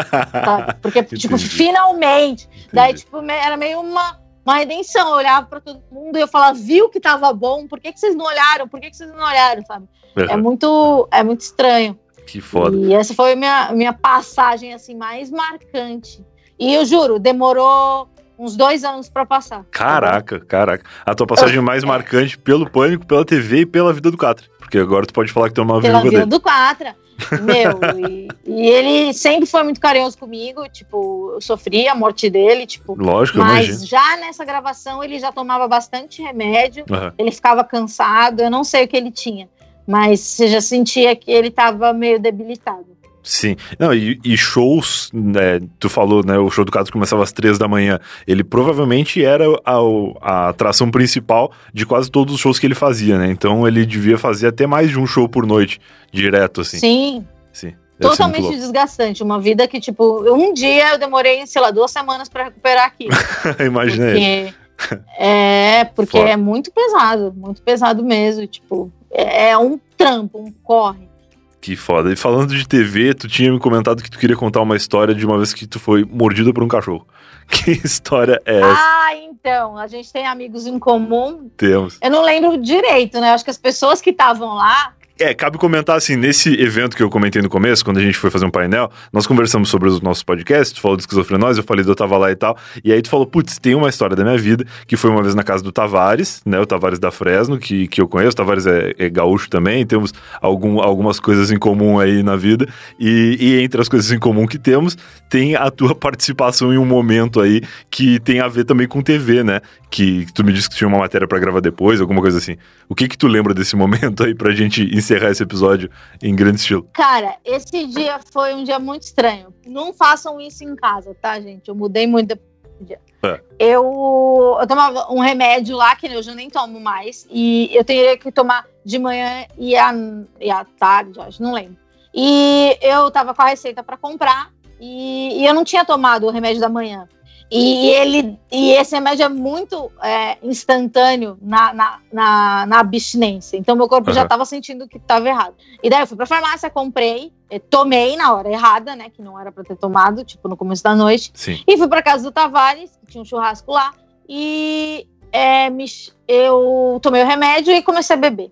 Sabe? Porque, tipo, finalmente. Entendi. Daí, tipo, era meio uma, uma redenção. Eu olhava pra todo mundo e eu falava, viu que tava bom? Por que, que vocês não olharam? Por que, que vocês não olharam, sabe? Uhum. É muito, é muito estranho. Que foda. E essa foi a minha, minha passagem, assim, mais marcante. E eu juro, demorou uns dois anos pra passar. Caraca, tá caraca. A tua passagem eu, mais é. marcante pelo Pânico, pela T V e pela vida do Catra. Porque agora tu pode falar que tu é uma pela viúva vida dele. do Catra. Meu, e, e ele sempre foi muito carinhoso comigo, tipo, eu sofri a morte dele, tipo. Lógico, mas imagino. Já nessa gravação ele já tomava bastante remédio, uhum. ele ficava cansado, eu não sei o que ele tinha, mas você já sentia que ele tava meio debilitado. Sim, não, e, e shows, né, tu falou, né, o show do Catra começava às três da manhã, ele provavelmente era a, a atração principal de quase todos os shows que ele fazia, né, então ele devia fazer até mais de um show por noite, direto, assim. Sim, Sim. Totalmente desgastante, uma vida que, tipo, um dia eu demorei, sei lá, duas semanas pra recuperar aquilo. Imaginei. Porque, é, porque Fora. é muito pesado, muito pesado mesmo, tipo, é, é um trampo, um corre. Que foda. E falando de T V, tu tinha me comentado que tu queria contar uma história de uma vez que tu foi mordido por um cachorro. Que história é essa? Ah, então, a gente tem amigos em comum. Temos. Eu não lembro direito, né? Acho que as pessoas que estavam lá... É, cabe comentar assim, nesse evento que eu comentei no começo, quando a gente foi fazer um painel, nós conversamos sobre os nossos podcasts, tu falou do Esquizofrenóis, eu falei do Eu Tava Lá e tal, e aí tu falou, putz, tem uma história da minha vida, que foi uma vez na casa do Tavares, né, o Tavares da Fresno, que, que eu conheço, o Tavares é, é gaúcho também, temos algum, algumas coisas em comum aí na vida, e, e entre as coisas em comum que temos, tem a tua participação em um momento aí, que tem a ver também com T V, né, que, que tu me disse que tinha uma matéria pra gravar depois, alguma coisa assim. O que que tu lembra desse momento aí pra gente encerrar esse episódio em grande estilo? Cara, esse dia foi um dia muito estranho. Não façam isso em casa, tá, gente? Eu mudei muito depois desse dia. É. Eu, eu tomava um remédio lá, que eu já nem tomo mais, e eu teria que tomar de manhã e à, e à tarde, acho, não lembro. E eu tava com a receita pra comprar, e, e eu não tinha tomado o remédio da manhã. E, ele, e esse remédio é muito é, instantâneo na, na, na, na abstinência. Então, meu corpo uhum. já estava sentindo que estava errado. E daí eu fui pra farmácia, comprei, tomei na hora errada, né? Que não era pra ter tomado, tipo, no começo da noite. Sim. E fui pra casa do Tavares, que tinha um churrasco lá. E é, me, eu tomei o remédio e comecei a beber.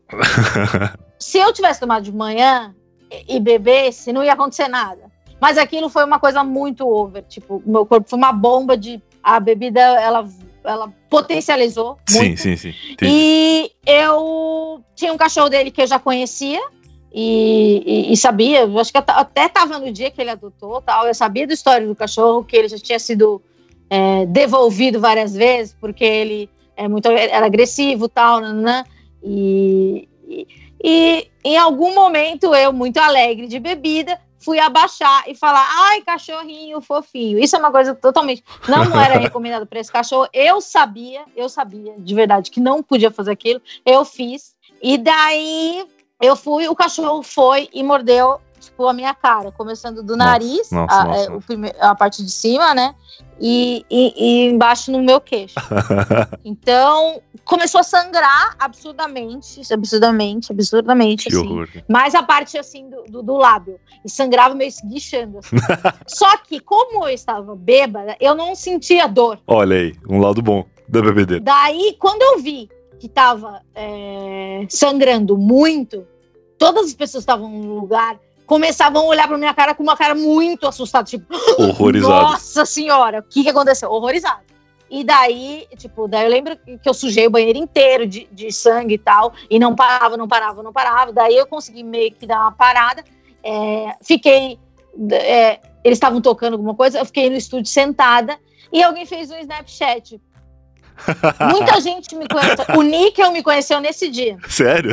Se eu tivesse tomado de manhã e, e bebesse, não ia acontecer nada. Mas aquilo foi uma coisa muito over, tipo, meu corpo foi uma bomba de... A bebida, ela, ela potencializou muito. Sim, sim, sim. Entendi. E eu tinha um cachorro dele que eu já conhecia e, e, e sabia, eu acho que eu até estava no dia que ele adotou, tal, eu sabia da história do cachorro, que ele já tinha sido é, devolvido várias vezes, porque ele é muito, era agressivo, tal, nanã, e, e, e em algum momento eu, muito alegre de bebida, fui abaixar e falar, ai, cachorrinho fofinho. Isso é uma coisa totalmente... Não, não era recomendado para esse cachorro. Eu sabia, eu sabia, de verdade, que não podia fazer aquilo. Eu fiz. E daí, eu fui, o cachorro foi e mordeu, tipo, a minha cara. Começando do nariz, nossa, a, nossa, é, o prime- a parte de cima, né? E, e, e embaixo no meu queixo. Então, começou a sangrar absurdamente, absurdamente, absurdamente, que assim. Horror. Mais a parte, assim, do, do, do lábio. E sangrava meio esguichando, assim. Só que, como eu estava bêbada, eu não sentia dor. Olha aí, um lado bom da bebedeira. Daí, quando eu vi que estava é, sangrando muito, todas as pessoas estavam no lugar... começavam a olhar pra minha cara com uma cara muito assustada, tipo... Horrorizado. Nossa senhora, o que que aconteceu? Horrorizado. E daí, tipo, daí eu lembro que eu sujei o banheiro inteiro de, de sangue e tal, e não parava, não parava, não parava. Daí eu consegui meio que dar uma parada, é, fiquei... É, eles estavam tocando alguma coisa, eu fiquei no estúdio sentada, e alguém fez um Snapchat. Muita gente me conheceu. O Níquel me conheceu nesse dia. Sério?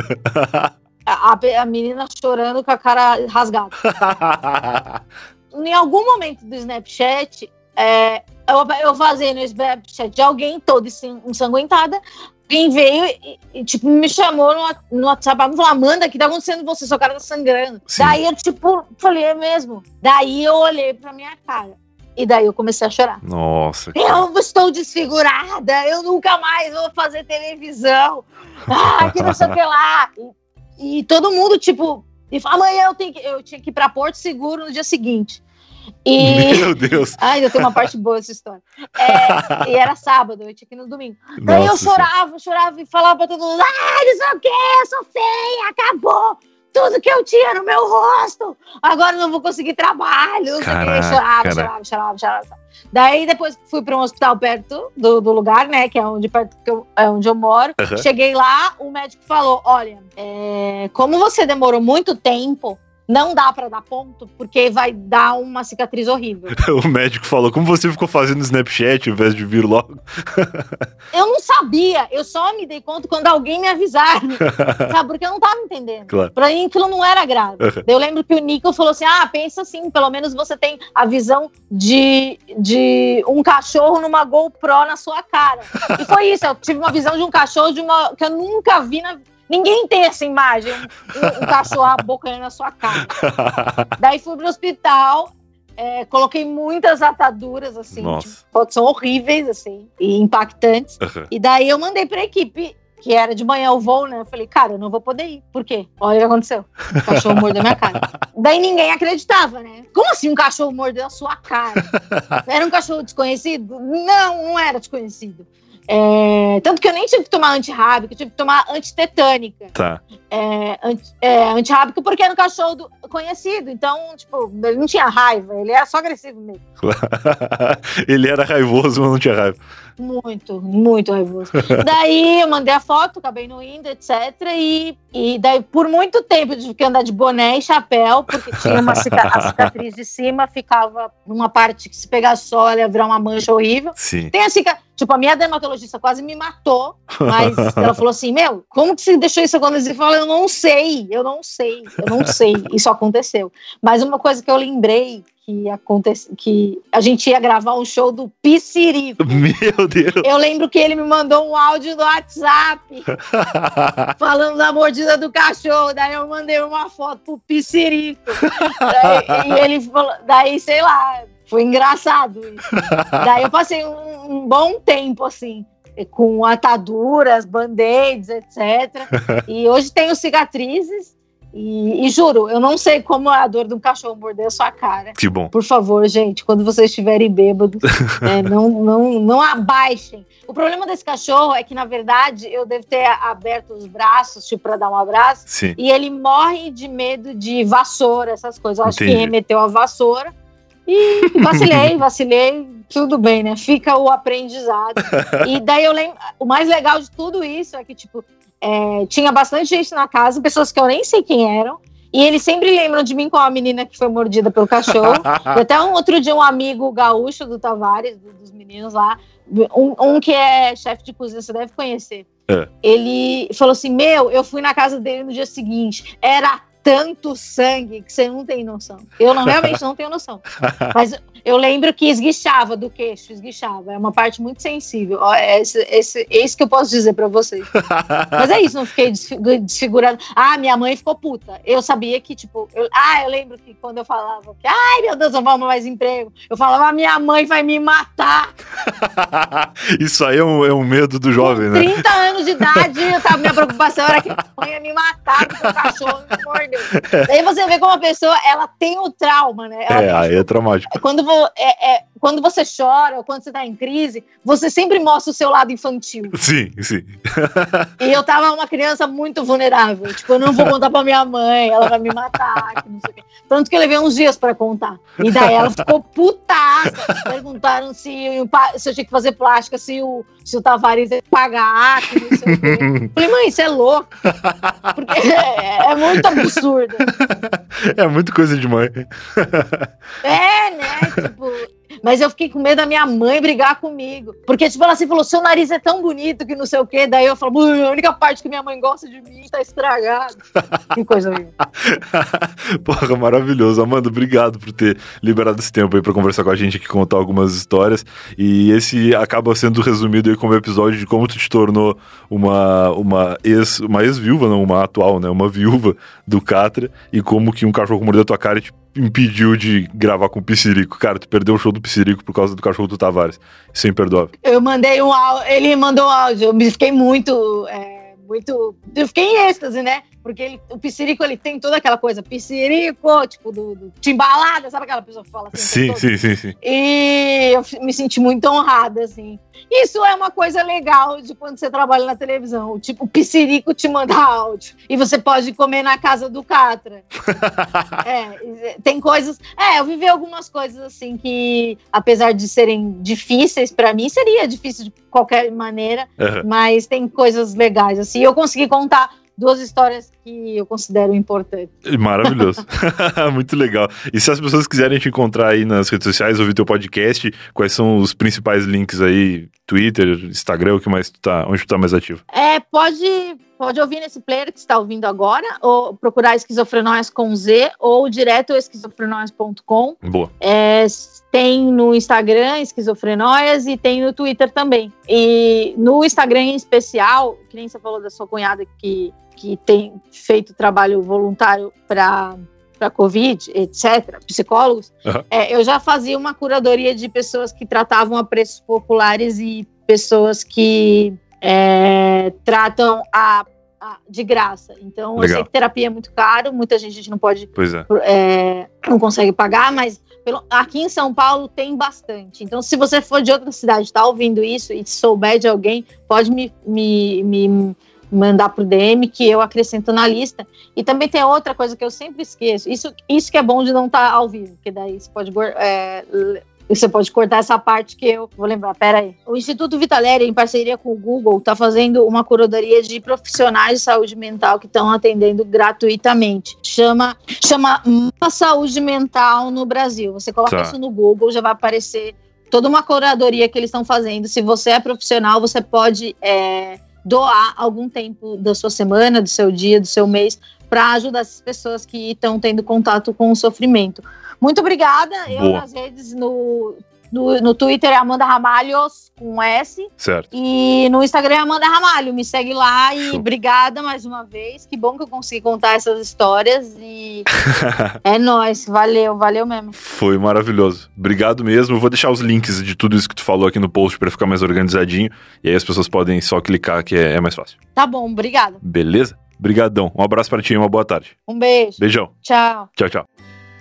A, a menina chorando com a cara rasgada. Em algum momento do Snapchat, é, eu, eu vazei no Snapchat de alguém toda ensanguentada. Alguém veio e, e, tipo, me chamou no, no WhatsApp, me falou, Amanda, o que tá acontecendo com você? Sua cara tá sangrando. Sim. Daí eu, tipo, falei, é mesmo? Daí eu olhei pra minha cara. E daí eu comecei a chorar. Nossa. Eu estou desfigurada, eu nunca mais vou fazer televisão. Ah, que não sei o que lá. E, e todo mundo, tipo, e fala, amanhã eu, tenho que, eu tinha que ir pra Porto Seguro no dia seguinte. E... Meu Deus. Ai, ainda tem uma parte boa dessa história. É, e era sábado, eu tinha que ir no domingo. Nossa, daí eu chorava, sim. chorava e falava pra todo mundo, ai, não sei o que, eu sou feia, acabou. Tudo que eu tinha no meu rosto, agora eu não vou conseguir trabalho. Caraca, chorava, chorava, chorava, chorava. Daí depois fui para um hospital perto do, do lugar, né, que é onde, perto que eu, é onde eu moro. Uhum. Cheguei lá, o médico falou, olha, é, como você demorou muito tempo, não dá pra dar ponto, porque vai dar uma cicatriz horrível. O médico falou, como você ficou fazendo Snapchat ao invés de vir logo? Eu não sabia, eu só me dei conta quando alguém me avisaram, sabe, porque eu não tava entendendo. Claro. Pra mim aquilo não era grave. Uhum. Eu lembro que o Nico falou assim, ah, pensa assim, pelo menos você tem a visão de, de um cachorro numa GoPro na sua cara. E foi isso, eu tive uma visão de um cachorro de uma, que eu nunca vi na vida. Ninguém tem essa imagem, um, um cachorro abocanhando na sua cara. Daí fui pro hospital, é, coloquei muitas ataduras, assim, tipo, fotos são horríveis, assim, e impactantes. Uhum. E daí eu mandei pra equipe, que era de manhã o voo, né? Eu falei, cara, eu não vou poder ir. Por quê? Olha o que aconteceu. O cachorro mordeu minha cara. Daí ninguém acreditava, né? Como assim um cachorro mordeu a sua cara? Era um cachorro desconhecido? Não, não era desconhecido. É, tanto que eu nem tive que tomar antirrábico, eu tive que tomar antitetânica. Tá. É, anti, é, antirrábico porque era um cachorro do, conhecido, então, tipo, ele não tinha raiva, ele era só agressivo mesmo. Ele era raivoso, mas não tinha raiva. Muito, muito raivoso. Daí eu mandei a foto, acabei não indo, etcétera. E, e daí, por muito tempo, eu tive que andar de boné e chapéu, porque tinha uma cica- a cicatriz de cima, ficava numa parte que se pegar sol, ela ia virar uma mancha horrível. Sim. Tem a cicatriz. Tipo, a minha dermatologista quase me matou, mas ela falou assim, meu, como que você deixou isso acontecer? Eu falei, eu não sei, eu não sei, eu não sei, isso aconteceu. Mas uma coisa que eu lembrei, que, acontece, que a gente ia gravar um show do Piscirico. Meu Deus! Eu lembro que ele me mandou um áudio no WhatsApp, falando da mordida do cachorro, daí eu mandei uma foto pro Piscirico. Daí, e ele falou, daí, sei lá... Foi engraçado isso. Daí eu passei um, um bom tempo, assim, com ataduras, band-aids, etcétera. E hoje tenho cicatrizes. E, e juro, eu não sei como a dor de um cachorro morder a sua cara. Que bom. Por favor, gente, quando vocês estiverem bêbados, é, não, não, não abaixem. O problema desse cachorro é que, na verdade, eu devo ter aberto os braços, tipo, pra dar um abraço. Sim. E ele morre de medo de vassoura, essas coisas. Eu acho Entendi. que remeteu a vassoura. E vacilei, vacilei, tudo bem, né? Fica o aprendizado. E daí eu lembro, o mais legal de tudo isso é que, tipo, é, tinha bastante gente na casa, pessoas que eu nem sei quem eram, e eles sempre lembram de mim como a menina que foi mordida pelo cachorro. E até um outro dia, um amigo gaúcho do Tavares, do, dos meninos lá, um, um que é chefe de cozinha, você deve conhecer. É. Ele falou assim, meu, eu fui na casa dele no dia seguinte, era tanto sangue que você não tem noção. Eu não, realmente não tenho noção. Mas eu lembro que esguichava do queixo, esguichava. É uma parte muito sensível. É esse, esse, é isso que eu posso dizer pra vocês. Mas é isso, não fiquei desfigurando. Ah, minha mãe ficou puta. Eu sabia que, tipo... Eu, ah, eu lembro que quando eu falava que, ai, meu Deus, eu vou arrumar mais emprego. Eu falava, minha mãe vai me matar. Isso aí é um, é um medo do jovem, Com né? trinta anos de idade, eu tava, minha preocupação era que a mãe ia me matar porque o cachorro me mordeu. Daí você vê como a pessoa, ela tem o trauma, né? Ela é, tem, aí tipo, é traumático. Quando, vo, é, é, quando você chora ou quando você tá em crise, você sempre mostra o seu lado infantil. Sim, sim. E eu tava uma criança muito vulnerável. Tipo, eu não vou contar pra minha mãe, ela vai me matar, que não sei o quê. Tanto que eu levei uns dias pra contar. E daí ela ficou putaça. Perguntaram se, se eu tinha que fazer plástica, se o, se o Tavares ia pagar, que não sei o quê. Falei, mãe, isso é louco. Porque é, é muito absurdo. É muito coisa de mãe. É, né? Tipo, Mas eu fiquei com medo da minha mãe brigar comigo. Porque, tipo, ela assim falou, seu nariz é tão bonito que não sei o quê. Daí eu falo, a única parte que minha mãe gosta de mim tá estragada. Que coisa horrível. Porra, maravilhoso. Amanda, obrigado por ter liberado esse tempo aí pra conversar com a gente aqui, contar algumas histórias. E esse acaba sendo resumido aí como episódio de como tu te tornou uma, uma, ex, uma ex-viúva, não, uma atual, né? Uma viúva do Catra. E como que um cachorro mordeu a tua cara e te impediu de gravar com o Pissirico. Cara, tu perdeu o show do Pissirico por causa do cachorro do Tavares. Isso é imperdoável. Eu mandei um áudio, ele mandou um áudio, eu me fiquei muito, é, muito, eu fiquei em êxtase, né? Porque ele, o Pissirico, ele tem toda aquela coisa, Pissirico, tipo, do, do timbalada, sabe aquela pessoa que fala assim? Sim, sim, sim, sim. E eu me senti muito honrada, assim. Isso é uma coisa legal de quando você trabalha na televisão. Tipo, o Pissirico te manda áudio. E você pode comer na casa do Catra. É, tem coisas... É, eu vivi algumas coisas, assim, que, apesar de serem difíceis pra mim, seria difícil de qualquer maneira. Uhum. Mas tem coisas legais, assim. Eu consegui contar duas histórias que eu considero importantes. Maravilhoso. Muito legal. E se as pessoas quiserem te encontrar aí nas redes sociais, ouvir teu podcast, quais são os principais links aí? Twitter, Instagram, o que mais tu tá, onde tu tá mais ativo? É, pode, pode ouvir nesse player que você está ouvindo agora, ou procurar Esquizofrenóias com Z, ou direto esquizofrenóias ponto com. Boa. É, tem no Instagram Esquizofrenóias e tem no Twitter também. E no Instagram em especial, que nem você falou da sua cunhada que, que tem feito trabalho voluntário para para Covid, etcétera, psicólogos, uhum. é, eu já fazia uma curadoria de pessoas que tratavam a preços populares e pessoas que é, tratam a, a, de graça. Então, Legal. Eu sei que terapia é muito caro, muita gente, a gente não pode, pois é. É, não consegue pagar, mas pelo, aqui em São Paulo tem bastante. Então, se você for de outra cidade, está ouvindo isso e souber de alguém, pode me... me, me mandar pro D M que eu acrescento na lista. E também tem outra coisa que eu sempre esqueço, isso, isso que é bom de não estar tá ao vivo, porque daí você pode, é, você pode cortar essa parte que eu vou lembrar, pera aí. O Instituto Vitaléria, em parceria com o Google, está fazendo uma curadoria de profissionais de saúde mental que estão atendendo gratuitamente. Chama, chama Saúde Mental no Brasil. Você coloca tá. isso no Google, já vai aparecer toda uma curadoria que eles estão fazendo. Se você é profissional, você pode... É, doar algum tempo da sua semana, do seu dia, do seu mês, para ajudar essas pessoas que estão tendo contato com o sofrimento. Muito obrigada. Boa. Eu nas redes, no, no, no Twitter é Amanda Ramalhos, com S. Certo. E no Instagram é Amanda Ramalho. Me segue lá e Show. Obrigada mais uma vez. Que bom que eu consegui contar essas histórias e é nóis. Valeu, valeu mesmo. Foi maravilhoso. Obrigado mesmo. Eu vou deixar os links de tudo isso que tu falou aqui no post para ficar mais organizadinho. E aí as pessoas podem só clicar que é, é mais fácil. Tá bom, obrigada. Beleza? Brigadão. Um abraço para ti e uma boa tarde. Um beijo. Beijão. Tchau. Tchau, tchau.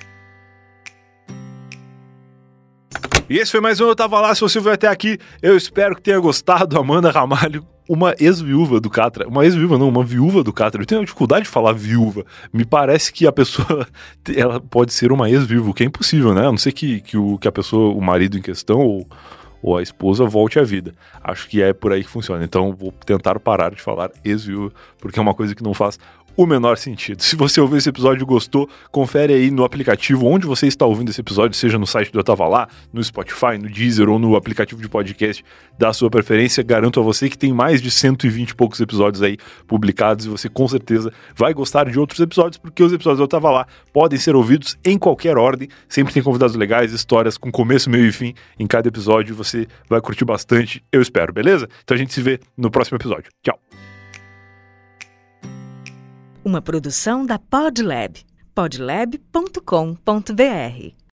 E esse foi mais um Eu Tava Lá. Se você veio até aqui, eu espero que tenha gostado. Amanda Ramalho, uma ex-viúva do Catra. Uma ex-viúva não, uma viúva do Catra. Eu tenho dificuldade de falar viúva. Me parece que a pessoa, ela pode ser uma ex-viúva, o que é impossível, né? A não ser que, que, o, que a pessoa, o marido em questão ou, ou a esposa volte à vida. Acho que é por aí que funciona. Então vou tentar parar de falar ex-viúva, porque é uma coisa que não faz o menor sentido. Se você ouviu esse episódio e gostou, confere aí no aplicativo onde você está ouvindo esse episódio, seja no site do Eu Tava Lá, no Spotify, no Deezer ou no aplicativo de podcast da sua preferência. Garanto a você que tem mais de cento e vinte e poucos episódios aí publicados e você com certeza vai gostar de outros episódios, porque os episódios do Eu Tava Lá podem ser ouvidos em qualquer ordem, sempre tem convidados legais, histórias com começo, meio e fim em cada episódio, você vai curtir bastante, eu espero, beleza? Então a gente se vê no próximo episódio. Tchau! Uma produção da Podlab, podlab ponto com ponto b r.